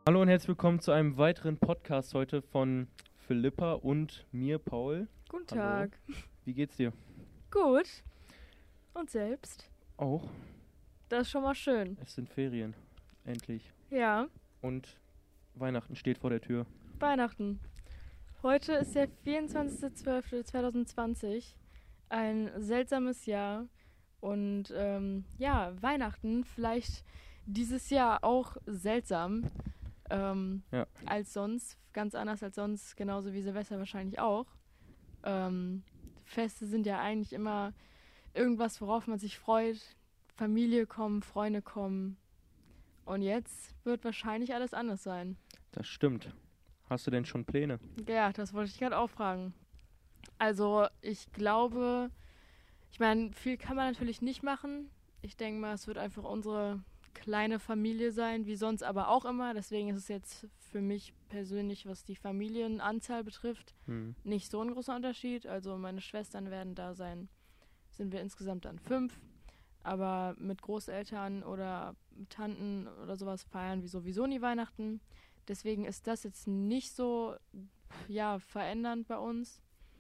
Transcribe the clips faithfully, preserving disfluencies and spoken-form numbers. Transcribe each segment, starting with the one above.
Hallo und herzlich willkommen zu einem weiteren Podcast heute von Philippa und mir, Paul. Guten Hallo. Tag. Wie geht's dir? Gut. Und selbst? Auch. Das ist schon mal schön. Es sind Ferien. Endlich. Ja, Und Weihnachten steht vor der Tür. Weihnachten. Heute ist der vierundzwanzigster zwölfter zweitausendzwanzig. Ein seltsames Jahr. Und ähm, ja, Weihnachten vielleicht dieses Jahr auch seltsam ähm, Ja. als sonst. Ganz anders als sonst, genauso wie Silvester wahrscheinlich auch. Ähm, Feste sind ja eigentlich immer irgendwas, worauf man sich freut. Familie kommen, Freunde kommen. Und jetzt wird wahrscheinlich alles anders sein. Das stimmt. Hast du denn schon Pläne? Ja, das wollte ich gerade auch fragen. Also ich glaube, ich meine, viel kann man natürlich nicht machen. Ich denke mal, es wird einfach unsere kleine Familie sein, wie sonst aber auch immer. Deswegen ist es jetzt für mich persönlich, was die Familienanzahl betrifft, Hm. nicht so ein großer Unterschied. Also meine Schwestern werden da sein, sind wir insgesamt dann fünf. Aber mit Großeltern oder Tanten oder sowas feiern wir sowieso nie Weihnachten. Deswegen ist das jetzt nicht so, ja, verändernd bei uns.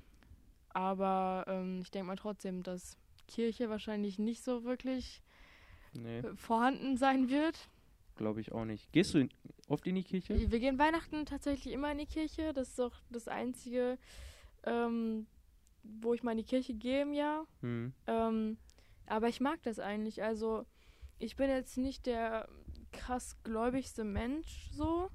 Aber ähm, ich denke mal trotzdem, dass Kirche wahrscheinlich nicht so wirklich Nee, äh, vorhanden sein wird. glaube ich auch nicht. Gehst du in, oft in die Kirche? Wir gehen Weihnachten tatsächlich immer in die Kirche. Das ist auch das Einzige, ähm, wo ich mal in die Kirche gehe im Jahr. Hm. Ähm, aber ich mag das eigentlich. Also ich bin jetzt nicht der krass gläubigste Mensch so.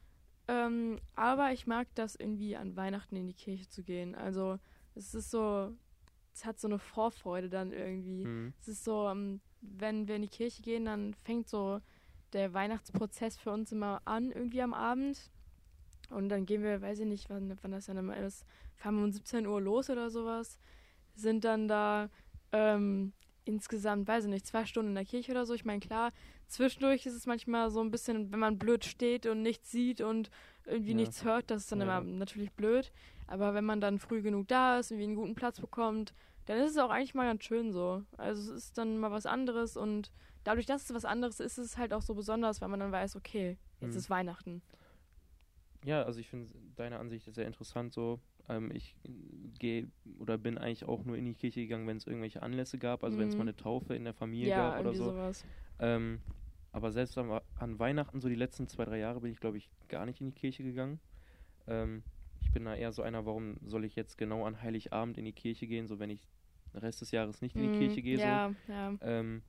Ähm, aber ich mag das irgendwie an Weihnachten in die Kirche zu gehen. Also es ist so, es hat so eine Vorfreude dann irgendwie. Hm. Es ist so, ähm, wenn wir in die Kirche gehen, dann fängt so der Weihnachtsprozess für uns immer an, irgendwie am Abend. Und dann gehen wir, weiß ich nicht, wann, wann das dann immer ist, fahren wir um siebzehn Uhr los oder sowas, sind dann da ähm, insgesamt, weiß ich nicht, zwei Stunden in der Kirche oder so. Ich meine, klar, zwischendurch ist es manchmal so ein bisschen, wenn man blöd steht und nichts sieht und irgendwie Ja. nichts hört, das ist dann Ja. immer natürlich blöd. Aber wenn man dann früh genug da ist, irgendwie einen guten Platz bekommt, dann ist es auch eigentlich mal ganz schön so. Also es ist dann mal was anderes und dadurch, dass es was anderes ist, ist es halt auch so besonders, weil man dann weiß, okay, jetzt Hm. ist Weihnachten. Ja, also ich finde deine Ansicht sehr interessant so. Ähm, ich gehe oder bin eigentlich auch nur in die Kirche gegangen, wenn es irgendwelche Anlässe gab, also wenn es Mhm. mal eine Taufe in der Familie Ja, gab oder irgendwie so. sowas. Ähm, aber selbst an, an Weihnachten, so die letzten zwei, drei Jahre, bin ich, glaube ich, gar nicht in die Kirche gegangen. Ähm, ich bin da eher so einer, warum soll ich jetzt genau an Heiligabend in die Kirche gehen, so wenn ich den Rest des Jahres nicht in die Mhm. Kirche gehe. Ja, ja. So. Ähm,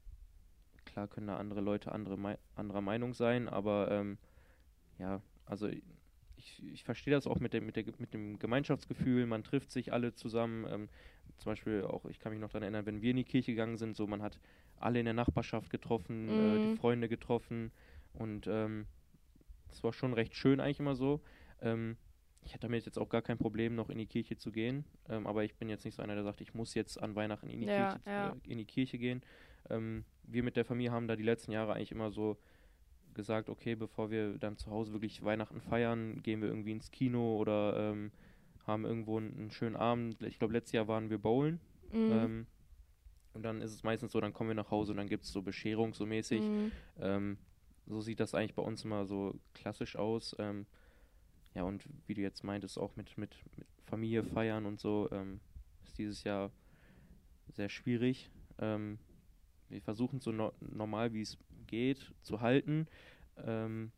klar können da andere Leute andere Mei- anderer Meinung sein, aber ähm, ja, also ich, ich verstehe das auch mit dem, mit, der, mit dem Gemeinschaftsgefühl, man trifft sich alle zusammen, ähm, zum Beispiel auch, ich kann mich noch daran erinnern, wenn wir in die Kirche gegangen sind, so man hat alle in der Nachbarschaft getroffen, äh, die Mhm. Freunde getroffen und ähm, das war schon recht schön eigentlich immer so. Ähm, ich hatte damit jetzt auch gar kein Problem, noch in die Kirche zu gehen, ähm, aber ich bin jetzt nicht so einer, der sagt, ich muss jetzt an Weihnachten in die, Ja, Kirche, ja. äh, in die Kirche gehen. Ähm, wir mit der Familie haben da die letzten Jahre eigentlich immer so gesagt, okay, bevor wir dann zu Hause wirklich Weihnachten feiern, gehen wir irgendwie ins Kino oder ähm, haben irgendwo einen, einen schönen Abend. Ich glaube, letztes Jahr waren wir bowlen. Mhm. Ähm, und dann ist es meistens so, dann kommen wir nach Hause und dann gibt es so Bescherung so mäßig. Mhm. Ähm, so sieht das eigentlich bei uns immer so klassisch aus. Ähm, ja, und wie du jetzt meintest, auch mit, mit, mit Familie feiern und so, ähm, ist dieses Jahr sehr schwierig. Ähm, wir versuchen so no- normal, wie es geht, zu halten. Ähm,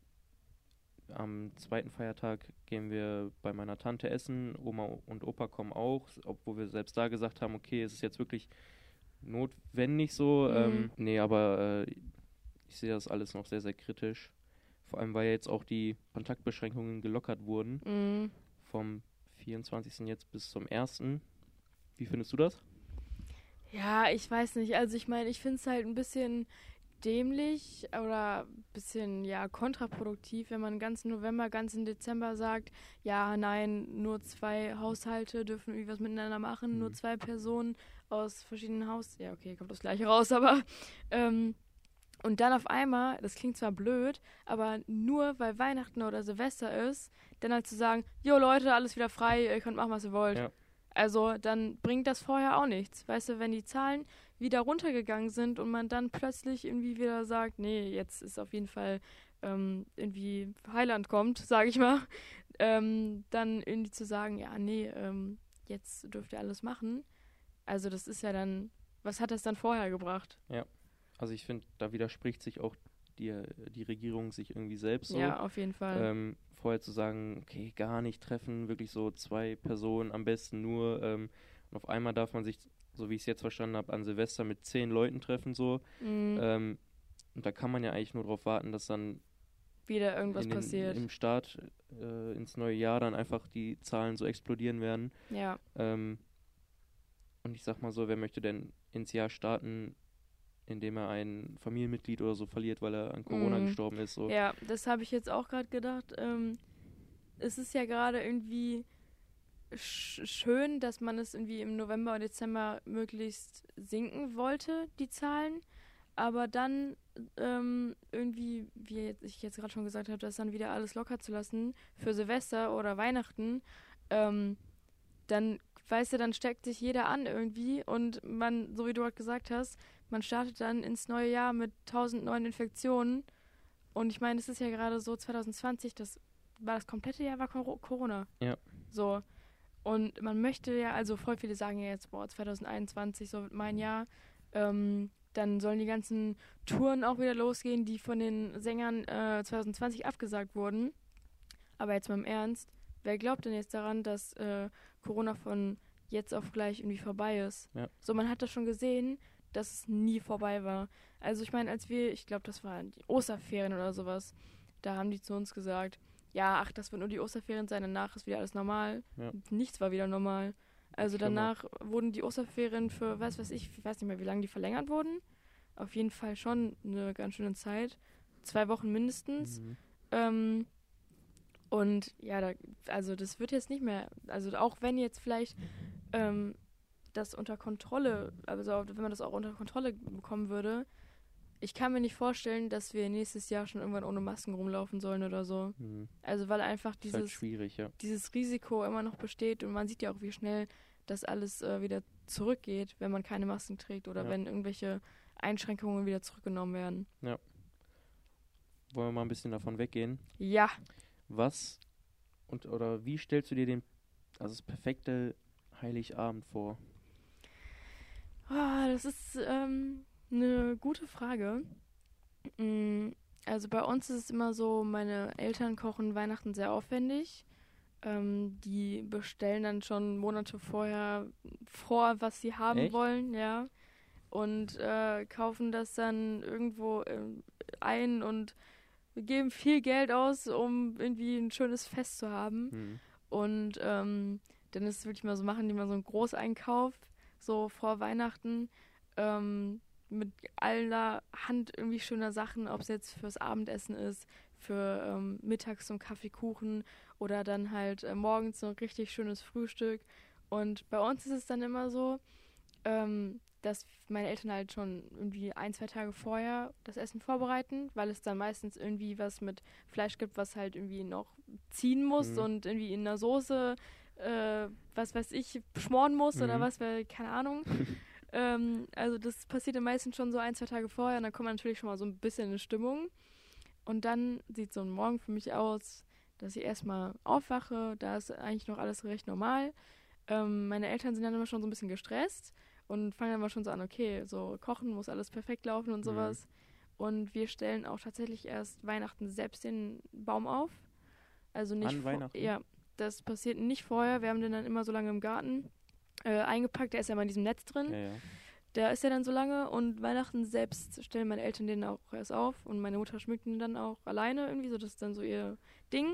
am zweiten Feiertag gehen wir bei meiner Tante essen. Oma und Opa kommen auch, obwohl wir selbst da gesagt haben, okay, es ist jetzt wirklich notwendig so. Mhm. Ähm, nee, aber äh, ich sehe das alles noch sehr, sehr kritisch. Vor allem, weil ja jetzt auch die Kontaktbeschränkungen gelockert wurden. Mhm. Vom vierundzwanzigsten jetzt bis zum ersten. Wie findest du das? Ja, ich weiß nicht. Also ich meine, ich finde es halt ein bisschen dämlich oder ein bisschen, ja, kontraproduktiv, wenn man den ganzen November, ganzen Dezember sagt, ja, nein, nur zwei Haushalte dürfen irgendwie was miteinander machen, nur Hm. zwei Personen aus verschiedenen Haus... Ja, okay, kommt das gleiche raus, aber... Ähm, und dann auf einmal, das klingt zwar blöd, aber nur weil Weihnachten oder Silvester ist, dann halt zu sagen, jo Leute, alles wieder frei, ihr könnt machen, was ihr wollt. Ja. Also dann bringt das vorher auch nichts. Weißt du, wenn die Zahlen wieder runtergegangen sind und man dann plötzlich irgendwie wieder sagt, nee, jetzt ist auf jeden Fall ähm, irgendwie Heiland kommt, sage ich mal, ähm, dann irgendwie zu sagen, ja, nee, ähm, jetzt dürft ihr alles machen. Also das ist ja dann, was hat das dann vorher gebracht? Ja, also ich finde, da widerspricht sich auch die, die Regierung sich irgendwie selbst so. Ja, auf jeden Fall. Ähm, vorher zu sagen, okay, gar nicht treffen, wirklich so zwei Personen, am besten nur. Ähm, und auf einmal darf man sich, so wie ich es jetzt verstanden habe, an Silvester mit zehn Leuten treffen so. Mhm. Ähm, und da kann man ja eigentlich nur darauf warten, dass dann Wieder irgendwas in den, passiert. im Start äh, ins neue Jahr dann einfach die Zahlen so explodieren werden. Ja. Ähm, und ich sag mal so, wer möchte denn ins Jahr starten, indem er ein Familienmitglied oder so verliert, weil er an Corona Mhm. gestorben ist? So. Ja, das habe ich jetzt auch gerade gedacht. Ähm, es ist ja gerade irgendwie sch- schön, dass man es irgendwie im November und Dezember möglichst sinken wollte, die Zahlen. Aber dann ähm, irgendwie, wie jetzt- ich jetzt gerade schon gesagt habe, das dann wieder alles locker zu lassen für Silvester oder Weihnachten, ähm, dann, weißt du, dann steckt sich jeder an irgendwie und man, so wie du gerade gesagt hast, man startet dann ins neue Jahr mit tausend neuen Infektionen. Und ich meine, es ist ja gerade so zwanzig zwanzig, das war das komplette Jahr war Cor- Corona. Ja. So. Und man möchte ja, also voll viele sagen ja jetzt, boah, zwanzig einundzwanzig, so wird mein Jahr. Ähm, dann sollen die ganzen Touren auch wieder losgehen, die von den Sängern äh, zwanzig zwanzig abgesagt wurden. Aber jetzt mal im Ernst, wer glaubt denn jetzt daran, dass äh, Corona von jetzt auf gleich irgendwie vorbei ist? Ja. So, man hat das schon gesehen, dass es nie vorbei war. Also ich meine, als wir, ich glaube, das waren die Osterferien oder sowas, da haben die zu uns gesagt, ja, ach, das wird nur die Osterferien sein, danach ist wieder alles normal. Ja. Nichts war wieder normal. Also Schlimmer. danach wurden die Osterferien für, weiß was ich, ich weiß nicht mehr, wie lange die verlängert wurden. Auf jeden Fall schon eine ganz schöne Zeit. Zwei Wochen mindestens. Mhm. Ähm, und ja, da, also das wird jetzt nicht mehr, also auch wenn jetzt vielleicht ähm, das unter Kontrolle, also wenn man das auch unter Kontrolle bekommen würde, ich kann mir nicht vorstellen, dass wir nächstes Jahr schon irgendwann ohne Masken rumlaufen sollen oder so. Mhm. Also weil einfach Ist halt dieses, schwierig, ja. dieses Risiko immer noch besteht und man sieht ja auch, wie schnell das alles äh, wieder zurückgeht, wenn man keine Masken trägt oder Ja. wenn irgendwelche Einschränkungen wieder zurückgenommen werden. Wollen wir mal ein bisschen davon weggehen? Ja, Was und oder wie stellst du dir den, also das perfekte Heiligabend vor? ah, das ist ähm, eine gute Frage. Mm, Also bei uns ist es immer so, meine Eltern kochen Weihnachten sehr aufwendig. Ähm, die bestellen dann schon Monate vorher vor, was sie haben Echt? wollen, ja. Und äh, kaufen das dann irgendwo ähm, ein und geben viel Geld aus, um irgendwie ein schönes Fest zu haben. Mhm. Und ähm, dann ist es wirklich mal so, machen die mal so einen Großeinkauf, so vor Weihnachten, ähm, mit allerhand irgendwie schöner Sachen, ob es jetzt fürs Abendessen ist, für ähm, mittags zum Kaffeekuchen oder dann halt äh, morgens so ein richtig schönes Frühstück. Und bei uns ist es dann immer so, ähm, dass meine Eltern halt schon irgendwie ein, zwei Tage vorher das Essen vorbereiten, weil es dann meistens irgendwie was mit Fleisch gibt, was halt irgendwie noch ziehen muss Mhm. und irgendwie in einer Soße, äh, was weiß ich, schmoren muss oder Mhm. was, weil, keine Ahnung. ähm, also das passiert dann meistens schon so ein, zwei Tage vorher und dann kommt man natürlich schon mal so ein bisschen in Stimmung. Und dann sieht so ein Morgen für mich aus, dass ich erstmal aufwache, da ist eigentlich noch alles recht normal. Ähm, meine Eltern sind dann immer schon so ein bisschen gestresst und fangen dann mal schon so an, okay, so kochen muss alles perfekt laufen und Mhm. sowas. Und wir stellen auch tatsächlich erst Weihnachten selbst den Baum auf. Also nicht An vor- Weihnachten? Ja, das passiert nicht vorher. Wir haben den dann immer so lange im Garten äh, eingepackt. Der ist ja immer in diesem Netz drin. Ja, ja. Der ist ja dann so lange und Weihnachten selbst stellen meine Eltern den auch erst auf und meine Mutter schmückt ihn dann auch alleine irgendwie, so das ist dann so ihr Ding.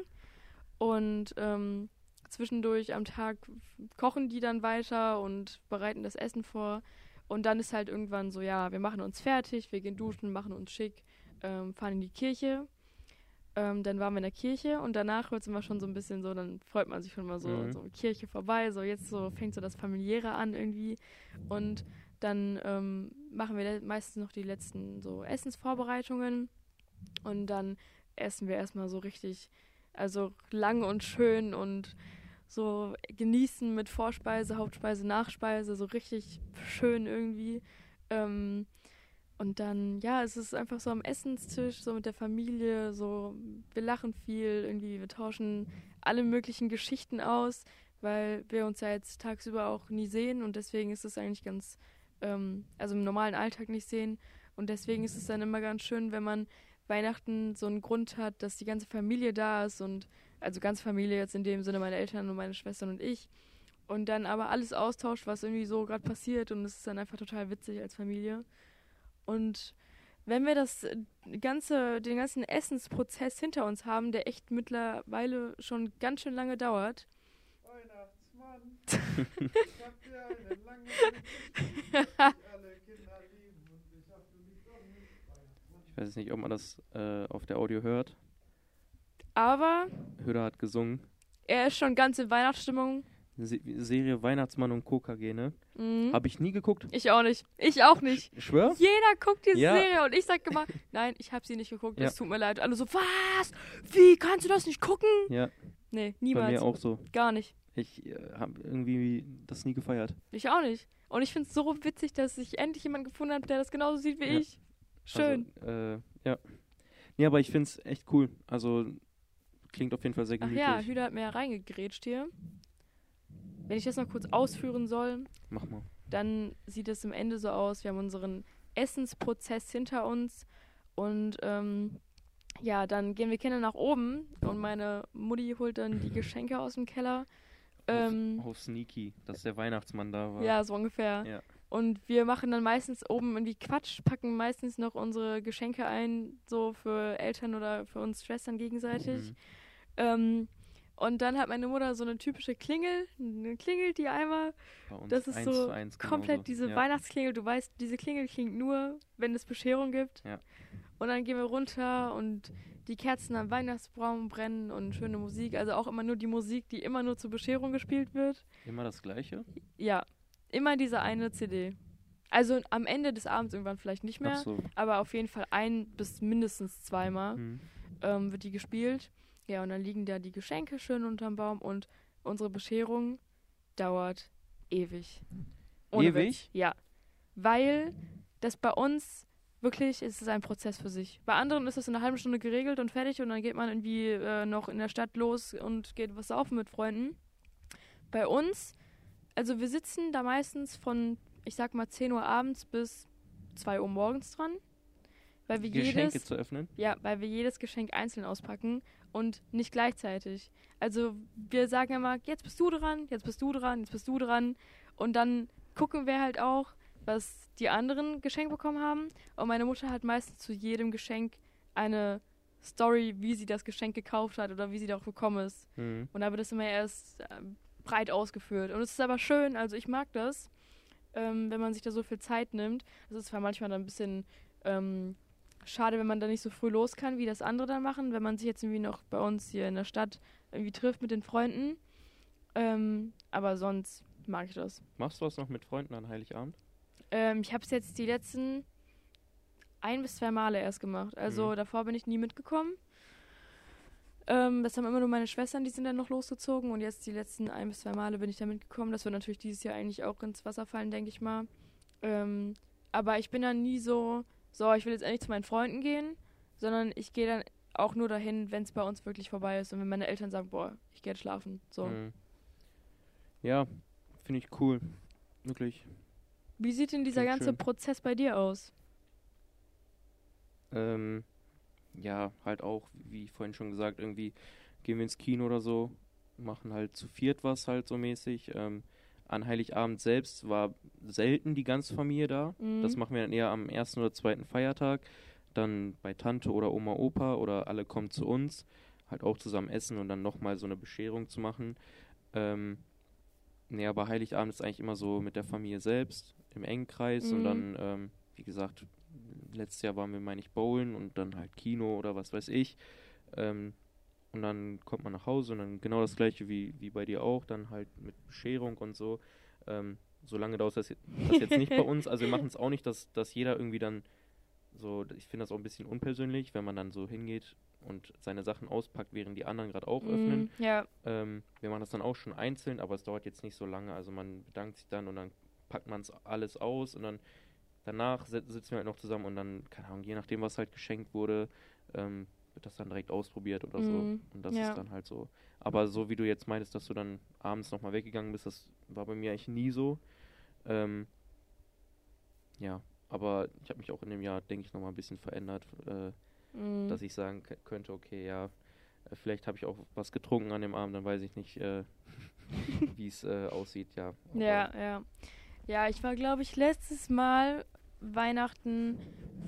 Und ähm, zwischendurch am Tag kochen die dann weiter und bereiten das Essen vor. Und dann ist halt irgendwann so, ja, wir machen uns fertig, wir gehen duschen, machen uns schick, ähm, fahren in die Kirche. Ähm, dann waren wir in der Kirche und danach wird es immer schon so ein bisschen so, dann freut man sich schon mal so, Mhm. so Kirche vorbei, so jetzt so fängt so das Familiäre an irgendwie. Und dann ähm, machen wir meistens noch die letzten so Essensvorbereitungen und dann essen wir erstmal so richtig, also lang und schön und so genießen mit Vorspeise, Hauptspeise, Nachspeise, so richtig schön irgendwie. Ähm, Und dann, ja, es ist einfach so am Essenstisch, so mit der Familie, so, wir lachen viel, irgendwie, wir tauschen alle möglichen Geschichten aus, weil wir uns ja jetzt tagsüber auch nie sehen und deswegen ist es eigentlich ganz, ähm, also im normalen Alltag nicht sehen und deswegen ist es dann immer ganz schön, wenn man Weihnachten so einen Grund hat, dass die ganze Familie da ist und, also ganze Familie jetzt in dem Sinne meine Eltern und meine Schwestern und ich und dann aber alles austauscht, was irgendwie so gerade passiert und es ist dann einfach total witzig als Familie. Und wenn wir das äh, ganze, den ganzen Essensprozess hinter uns haben, der echt mittlerweile schon ganz schön lange dauert. Weihnachtsmann, ich hab dir eine lange Geschichte, die alle Kinder lieben und ich hab du liebst auch mich, Weihnachtsmann. Ich weiß nicht, ob man das äh, auf der Audio hört. Aber Höder hat gesungen. er ist schon ganz in Weihnachtsstimmung. Se- Serie Weihnachtsmann und Co. K G, ne? Mhm. Habe ich nie geguckt. Ich auch nicht. Ich auch nicht. Sch schwör? Jeder guckt diese Ja. Serie und ich sag immer, nein, ich habe sie nicht geguckt, Ja. es tut mir leid. Alle so, was? Wie, kannst du das nicht gucken? Ja, Nee, bei niemals. mir auch so. Gar nicht. Ich äh, habe irgendwie das nie gefeiert. Ich auch nicht. Und ich finde es so witzig, dass ich endlich jemanden gefunden habe, der das genauso sieht wie Ja. ich. Schön. Also, äh, ja. Nee, aber ich finde es echt cool. Also, klingt auf jeden Fall sehr Ach gemütlich. ja, Hüder hat mir ja reingegrätscht hier. Wenn ich das noch kurz ausführen soll, Mach mal. dann sieht es am Ende so aus, wir haben unseren Essensprozess hinter uns und ähm, ja, dann gehen wir Kinder nach oben und meine Mutti holt dann die Geschenke aus dem Keller. Ähm, Auf, auf Sneaky, dass der Weihnachtsmann da war. ja, so ungefähr. Ja. Und wir machen dann meistens oben irgendwie Quatsch, packen meistens noch unsere Geschenke ein, so für Eltern oder für uns Schwestern gegenseitig. Mhm. Ähm, und dann hat meine Mutter so eine typische Klingel, eine Klingel, die einmal, Bei uns das ist eins so zu eins komplett genauso. diese Ja. Weihnachtsklingel. Du weißt, diese Klingel klingt nur, wenn es Bescherung gibt. Ja. Und dann gehen wir runter und die Kerzen am Weihnachtsbaum brennen und schöne Musik. Also auch immer nur die Musik, die immer nur zur Bescherung gespielt wird. Immer das Gleiche? Ja, immer diese eine C D. Also am Ende des Abends irgendwann vielleicht nicht Ach mehr, so. aber auf jeden Fall ein bis mindestens zweimal Mhm. ähm, wird die gespielt. Ja, und dann liegen da die Geschenke schön unterm Baum und unsere Bescherung dauert ewig. Ohne Ewig? Witz. Ja, weil das bei uns wirklich, es ist ein Prozess für sich. Bei anderen ist das in einer halben Stunde geregelt und fertig und dann geht man irgendwie äh, noch in der Stadt los und geht was saufen mit Freunden. Bei uns, also wir sitzen da meistens von, ich sag mal, zehn Uhr abends bis zwei Uhr morgens dran. Weil wir Geschenke jedes, zu öffnen? ja, weil wir jedes Geschenk einzeln auspacken und nicht gleichzeitig. Also wir sagen immer, jetzt bist du dran, jetzt bist du dran, jetzt bist du dran. Und dann gucken wir halt auch, was die anderen geschenkt bekommen haben. Und meine Mutter hat meistens zu jedem Geschenk eine Story, wie sie das Geschenk gekauft hat oder wie sie darauf gekommen ist. Mhm. Und da wird es immer erst äh, breit ausgeführt. Und es ist aber schön, also ich mag das, ähm, wenn man sich da so viel Zeit nimmt. Es ist zwar manchmal dann ein bisschen ähm, schade, wenn man da nicht so früh los kann, wie das andere dann machen, wenn man sich jetzt irgendwie noch bei uns hier in der Stadt irgendwie trifft mit den Freunden. Ähm, aber sonst mag ich das. Machst du was noch mit Freunden an Heiligabend? Ähm, ich habe es jetzt die letzten ein bis zwei Male erst gemacht. Also Mhm. davor bin ich nie mitgekommen. Ähm, das haben immer nur meine Schwestern, die sind dann noch losgezogen und jetzt die letzten ein bis zwei Male bin ich da mitgekommen. Das wird natürlich dieses Jahr eigentlich auch ins Wasser fallen, denke ich mal. Ähm, aber ich bin dann nie so, so, ich will jetzt endlich zu meinen Freunden gehen, sondern ich gehe dann auch nur dahin, wenn es bei uns wirklich vorbei ist und wenn meine Eltern sagen, boah, ich gehe jetzt schlafen. So. Mhm. Ja, finde ich cool. Wirklich. Wie sieht denn dieser Klingt ganze schön. Prozess bei dir aus? Ähm, ja, halt auch, wie vorhin schon gesagt, irgendwie gehen wir ins Kino oder so, machen halt zu viert was halt so mäßig. Ähm, an Heiligabend selbst war selten die ganze Familie da. Mhm. Das machen wir dann eher am ersten oder zweiten Feiertag. Dann bei Tante oder Oma, Opa oder alle kommen zu uns, halt auch zusammen essen und dann nochmal so eine Bescherung zu machen. Ähm, nee, aber Heiligabend ist eigentlich immer so mit der Familie selbst, im engen Kreis und Mhm. dann, ähm, wie gesagt, letztes Jahr waren wir, meine ich, bowlen und dann halt Kino oder was weiß ich. Ähm, und dann kommt man nach Hause und dann genau das gleiche wie, wie bei dir auch, dann halt mit Bescherung und so. Ähm, so lange dauert das, je- das jetzt nicht bei uns. Also wir machen es auch nicht, dass, dass jeder irgendwie dann so, ich finde das auch ein bisschen unpersönlich, wenn man dann so hingeht und seine Sachen auspackt, während die anderen gerade auch öffnen. Mhm. Ja. Ähm, wir machen das dann auch schon einzeln, aber es dauert jetzt nicht so lange. Also man bedankt sich dann und dann packt man es alles aus und dann danach sit- sitzen wir halt noch zusammen und dann, keine Ahnung, je nachdem, was halt geschenkt wurde, ähm, wird das dann direkt ausprobiert oder so. Mhm. Und das Ja. ist dann halt so. Aber so wie du jetzt meintest, dass du dann abends nochmal weggegangen bist, das war bei mir eigentlich nie so. Ähm, ja, aber ich habe mich auch in dem Jahr, denke ich, nochmal ein bisschen verändert, äh, Mhm. dass ich sagen k- könnte, okay, ja, äh, vielleicht habe ich auch was getrunken an dem Abend, dann weiß ich nicht, äh, wie es äh, aussieht, ja. Aber Ja, ja. Ja, ich war, glaube ich, letztes Mal Weihnachten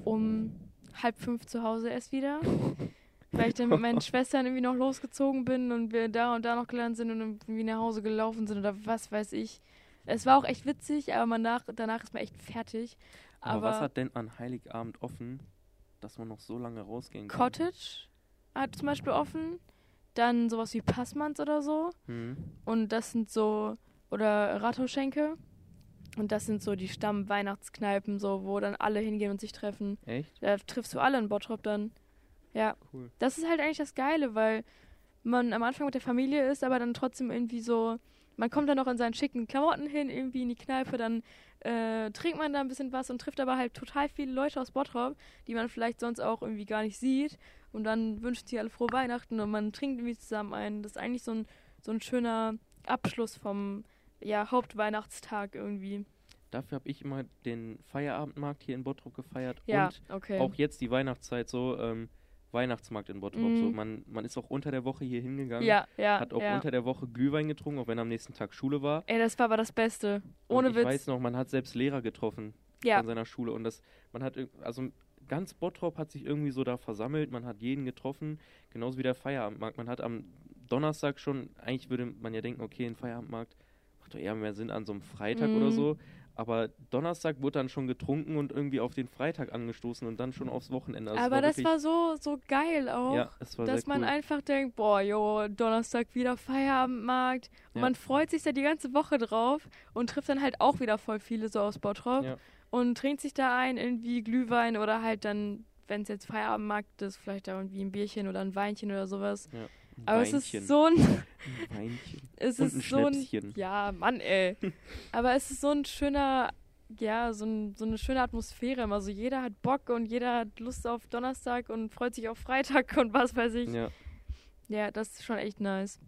um halb fünf zu Hause erst wieder. Weil ich dann mit meinen Schwestern irgendwie noch losgezogen bin und wir da und da noch gelandet sind und irgendwie nach Hause gelaufen sind oder was weiß ich. Es war auch echt witzig, aber man nach, danach ist man echt fertig. Aber, Aber, was hat denn an Heiligabend offen, dass man noch so lange rausgehen kann? Cottage hat zum Beispiel offen. Dann sowas wie Passmanns oder so. Hm. Und das sind so, oder Rathausschenke. Und das sind so die Stamm-Weihnachtskneipen, so, wo dann alle hingehen und sich treffen. Echt? Da triffst du alle in Bottrop dann. Ja, Cool. das ist halt eigentlich das Geile, weil man am Anfang mit der Familie ist, aber dann trotzdem irgendwie so, man kommt dann noch in seinen schicken Klamotten hin, irgendwie in die Kneipe, dann äh, trinkt man da ein bisschen was und trifft aber halt total viele Leute aus Bottrop, die man vielleicht sonst auch irgendwie gar nicht sieht. Und dann wünschen sie alle frohe Weihnachten und man trinkt irgendwie zusammen ein. Das ist eigentlich so ein, so ein schöner Abschluss vom ja, Hauptweihnachtstag irgendwie. Dafür habe ich immer den Feierabendmarkt hier in Bottrop gefeiert Ja, und okay. auch jetzt die Weihnachtszeit so, ähm, Weihnachtsmarkt in Bottrop. Mhm. So, man, man ist auch unter der Woche hier hingegangen, ja, ja, hat auch ja. unter der Woche Glühwein getrunken, auch wenn am nächsten Tag Schule war. Ey, das war aber das Beste. Ohne und ich Witz. weiß noch, man hat selbst Lehrer getroffen Ja, von seiner Schule und das, man hat, irg- also ganz Bottrop hat sich irgendwie so da versammelt, man hat jeden getroffen, genauso wie der Feierabendmarkt. Man hat am Donnerstag schon, eigentlich würde man ja denken, okay, ein Feierabendmarkt macht doch eher mehr Sinn an so einem Freitag Mhm. oder so, aber Donnerstag wurde dann schon getrunken und irgendwie auf den Freitag angestoßen und dann schon aufs Wochenende. Also es aber das wirklich- war so, so geil auch. ja, es war Dass sehr man cool. einfach denkt, boah, jo, Donnerstag wieder Feierabendmarkt. Und Ja. man freut sich da die ganze Woche drauf und trifft dann halt auch wieder voll viele so aus Bottrop Ja. und trinkt sich da ein, irgendwie Glühwein oder halt dann, wenn es jetzt Feierabendmarkt ist, vielleicht da irgendwie ein Bierchen oder ein Weinchen oder sowas. Ja. Ein Aber es Weinchen. ist so ein, Ein Weinchen. es Und ist ein so ein, Schnäpschen. ja, Mann, ey. Aber es ist so ein schöner, ja, so, ein, so eine schöne Atmosphäre. Also jeder hat Bock und jeder hat Lust auf Donnerstag und freut sich auf Freitag und was weiß ich. Ja. Ja, das ist schon echt nice.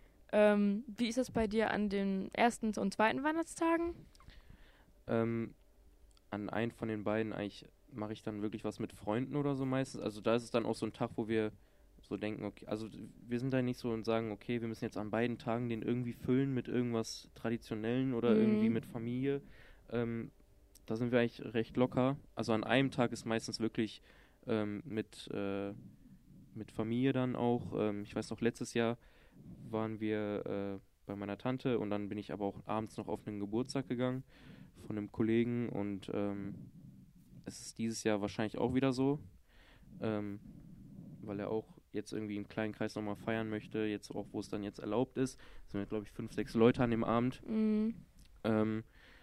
Ähm, wie ist das bei dir an den ersten und zweiten Weihnachtstagen? Ähm, an einen von den beiden eigentlich mache ich dann wirklich was mit Freunden oder so meistens. Also da ist es dann auch so ein Tag, wo wir so denken, okay, also wir sind da nicht so und sagen, okay, wir müssen jetzt an beiden Tagen den irgendwie füllen mit irgendwas Traditionellen oder Mhm. irgendwie mit Familie. Ähm, da sind wir eigentlich recht locker. Also an einem Tag ist meistens wirklich ähm, mit, äh, mit Familie dann auch. Ähm, ich weiß noch, letztes Jahr waren wir äh, bei meiner Tante und dann bin ich aber auch abends noch auf einen Geburtstag gegangen von einem Kollegen und ähm, es ist dieses Jahr wahrscheinlich auch wieder so, ähm, weil er auch jetzt irgendwie im kleinen Kreis nochmal feiern möchte, jetzt auch, wo es dann jetzt erlaubt ist. Es sind, glaube ich, fünf, sechs Leute an dem Abend. Mhm. Ähm,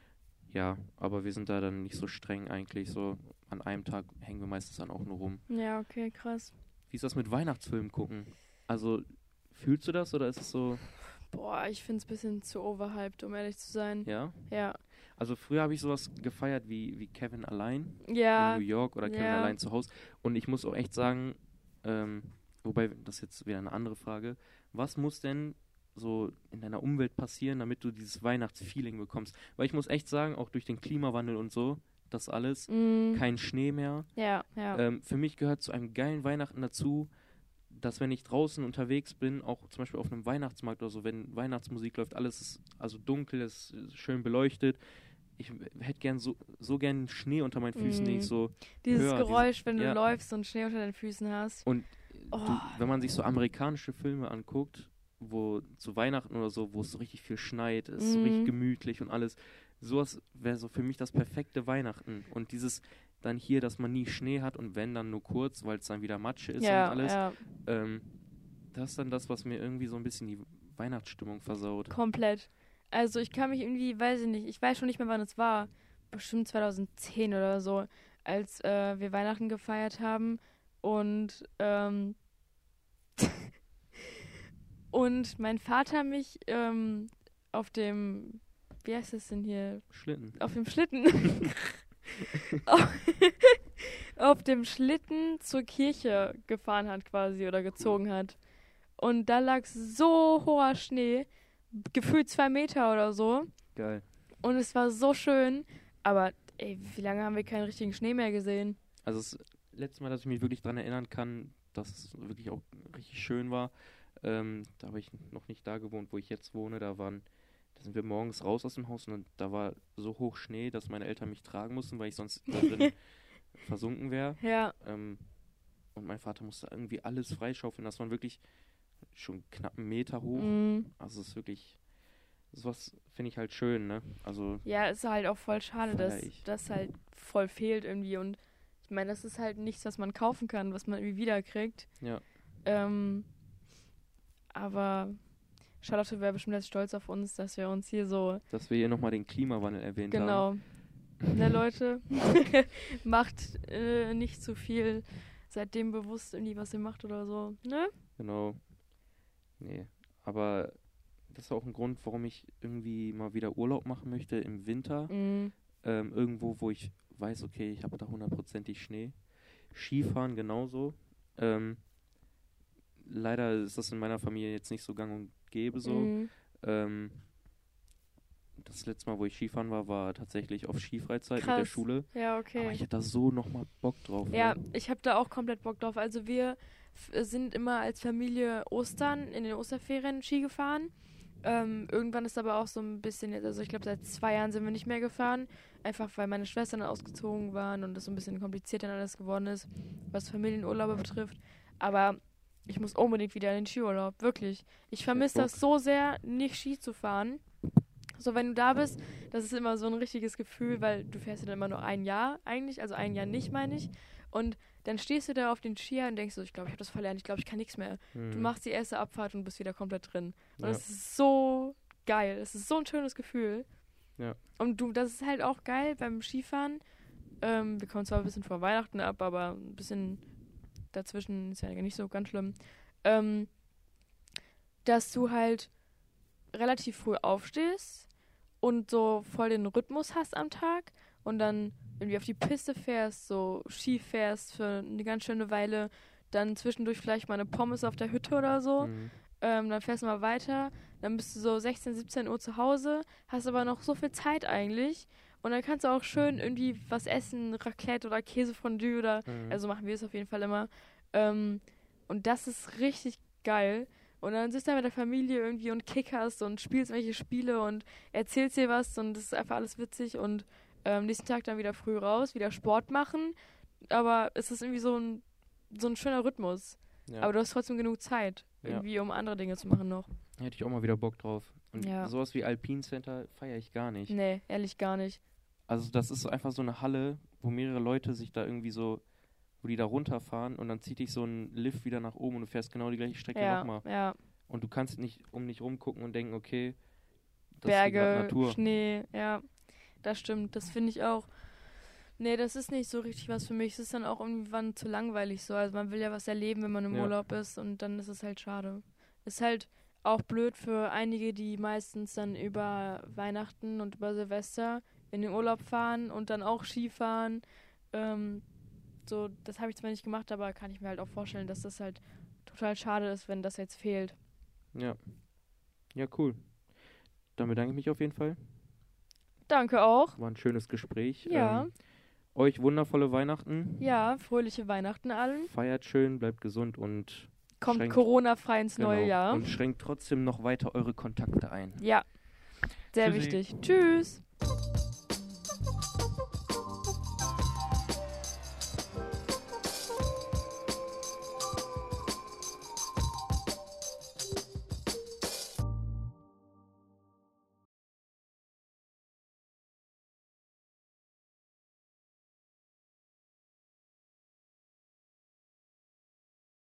ja, aber wir sind da dann nicht so streng eigentlich. So an einem Tag hängen wir meistens dann auch nur rum. Ja, okay, krass. Wie ist das mit Weihnachtsfilmen gucken? Also, fühlst du das oder ist es so, Boah, ich find's ein bisschen zu overhyped, um ehrlich zu sein. ja? Ja. Also früher habe ich sowas gefeiert wie, wie Kevin allein Ja. in New York oder Kevin ja. allein zu Hause. Und ich muss auch echt sagen, ähm, wobei, das ist jetzt wieder eine andere Frage, was muss denn so in deiner Umwelt passieren, damit du dieses Weihnachtsfeeling bekommst? Weil ich muss echt sagen, auch durch den Klimawandel und so, das alles, Mhm. kein Schnee mehr. Ja, ja. Ähm, für mich gehört zu einem geilen Weihnachten dazu, dass wenn ich draußen unterwegs bin, auch zum Beispiel auf einem Weihnachtsmarkt oder so, wenn Weihnachtsmusik läuft, alles ist also dunkel, ist schön beleuchtet. Ich w- hätte gern so, so gern Schnee unter meinen Füßen, den Mhm. ich so Dieses höre, diese- Geräusch, wenn du ja. läufst und Schnee unter den Füßen hast. Und Oh. du, wenn man sich so amerikanische Filme anguckt, wo zu Weihnachten oder so, wo es so richtig viel schneit, ist so richtig Mhm. gemütlich und alles, sowas wäre so für mich das perfekte Weihnachten. Und dieses dann hier, dass man nie Schnee hat und wenn, dann nur kurz, weil es dann wieder Matsche ist Ja, und alles. ja, Ähm, das ist dann das, was mir irgendwie so ein bisschen die Weihnachtsstimmung versaut. komplett. Also ich kann mich irgendwie, weiß ich nicht, ich weiß schon nicht mehr, wann es war. Bestimmt zweitausendzehn oder so, als äh, wir Weihnachten gefeiert haben und ähm, und mein Vater mich ähm, auf dem, wie heißt das denn hier, Schlitten. auf dem Schlitten auf, auf dem Schlitten zur Kirche gefahren hat quasi oder gezogen hat. Und da lag so hoher Schnee, gefühlt zwei Meter oder so. Geil. Und es war so schön, aber ey, wie lange haben wir keinen richtigen Schnee mehr gesehen? Also das letzte Mal, dass ich mich wirklich daran erinnern kann, dass es wirklich auch richtig schön war, ähm, da habe ich noch nicht da gewohnt, wo ich jetzt wohne. Da waren, da sind wir morgens raus aus dem Haus und da war so hoch Schnee, dass meine Eltern mich tragen mussten, weil ich sonst da drin versunken wäre. Ja. Ähm, und mein Vater musste irgendwie alles freischaufeln. Das waren wirklich schon knapp einen Meter hoch. Mm. Also es ist wirklich, sowas finde ich halt schön, ne? Also Ja, ist halt auch voll schade, Feier dass ich. das halt voll fehlt irgendwie. Und ich meine, das ist halt nichts, was man kaufen kann, was man irgendwie wiederkriegt. ja, Ähm, aber Charlotte wäre bestimmt jetzt stolz auf uns, dass wir uns hier so, dass wir hier nochmal den Klimawandel erwähnt haben. genau, ne Leute, macht äh, nicht zu viel, seitdem bewusst irgendwie, was ihr macht oder so, ne? Genau. Nee, aber das ist auch ein Grund, warum ich irgendwie mal wieder Urlaub machen möchte im Winter. Mm. Ähm, irgendwo, wo ich weiß, okay, ich habe da hundertprozentig Schnee. Skifahren genauso. Ähm, leider ist das in meiner Familie jetzt nicht so gang und gäbe so. Mm. Ähm, das letzte Mal, wo ich Skifahren war, war tatsächlich auf Skifreizeit mit der Krass. Schule. Ja, okay. Aber ich hätte da so nochmal Bock drauf. Ja, Ne? ich habe da auch komplett Bock drauf. Also wir f- sind immer als Familie Ostern, in den Osterferien Ski gefahren. Ähm, irgendwann ist aber auch so ein bisschen, jetzt- also ich glaube seit zwei Jahren sind wir nicht mehr gefahren. Einfach weil meine Schwestern ausgezogen waren und es so ein bisschen komplizierter alles geworden ist, was Familienurlaube betrifft. Aber ich muss unbedingt wieder in den Skiurlaub, wirklich. Ich vermisse Bock. das so sehr, nicht Ski zu fahren. So, wenn du da bist, das ist immer so ein richtiges Gefühl, weil du fährst ja dann immer nur ein Jahr eigentlich, also ein Jahr nicht, meine ich. Und dann stehst du da auf den Skier und denkst so, ich glaube, ich habe das verlernt, ich glaube, ich kann nichts mehr. Du Mhm. machst die erste Abfahrt und bist wieder komplett drin. Und Ja. das ist so geil. Das ist so ein schönes Gefühl. Ja. Und du, das ist halt auch geil beim Skifahren. Ähm, wir kommen zwar ein bisschen vor Weihnachten ab, aber ein bisschen dazwischen ist ja nicht so ganz schlimm. Ähm, dass du halt relativ früh aufstehst und so voll den Rhythmus hast am Tag und dann irgendwie auf die Piste fährst, so Ski fährst für eine ganz schöne Weile, dann zwischendurch vielleicht mal eine Pommes auf der Hütte oder so, Mhm. ähm, dann fährst du mal weiter, dann bist du so sechzehn, siebzehn Uhr zu Hause, hast aber noch so viel Zeit eigentlich und dann kannst du auch schön irgendwie was essen, Raclette oder Käsefondue oder, Mhm. also machen wir es auf jeden Fall immer, ähm, und das ist richtig geil. Und dann sitzt du mit der Familie irgendwie und kickerst und spielst welche Spiele und erzählst dir was und das ist einfach alles witzig und ähm, nächsten Tag dann wieder früh raus, wieder Sport machen. Aber es ist irgendwie so ein, so ein schöner Rhythmus. Ja. Aber du hast trotzdem genug Zeit, Ja. irgendwie, um andere Dinge zu machen noch. Hätte ich auch mal wieder Bock drauf. Und Ja. sowas wie Alpine Center feiere ich gar nicht. Nee, ehrlich gar nicht. Also das ist einfach so eine Halle, wo mehrere Leute sich da irgendwie so, wo die da runterfahren und dann zieht dich so ein Lift wieder nach oben und du fährst genau die gleiche Strecke Ja, nochmal. ja. Und du kannst nicht um dich rumgucken und denken, okay, das ist hier grad Berge, Natur. Schnee, ja. Das stimmt, das finde ich auch. Nee, das ist nicht so richtig was für mich. Es ist dann auch irgendwann zu langweilig so. Also man will ja was erleben, wenn man im Ja. Urlaub ist und dann ist es halt schade. Ist halt auch blöd für einige, die meistens dann über Weihnachten und über Silvester in den Urlaub fahren und dann auch Skifahren. Ähm, so, das habe ich zwar nicht gemacht, aber kann ich mir halt auch vorstellen, dass das halt total schade ist, wenn das jetzt fehlt. Ja. Ja, cool. Dann bedanke ich mich auf jeden Fall. Danke auch. War ein schönes Gespräch. Ja. Ähm, euch wundervolle Weihnachten. Ja, fröhliche Weihnachten allen. Feiert schön, bleibt gesund und Kommt Schränkt- Corona-frei ins genau, neue Jahr. und schränkt trotzdem noch weiter eure Kontakte ein. Ja, sehr Tschüssi. wichtig. Tschüss.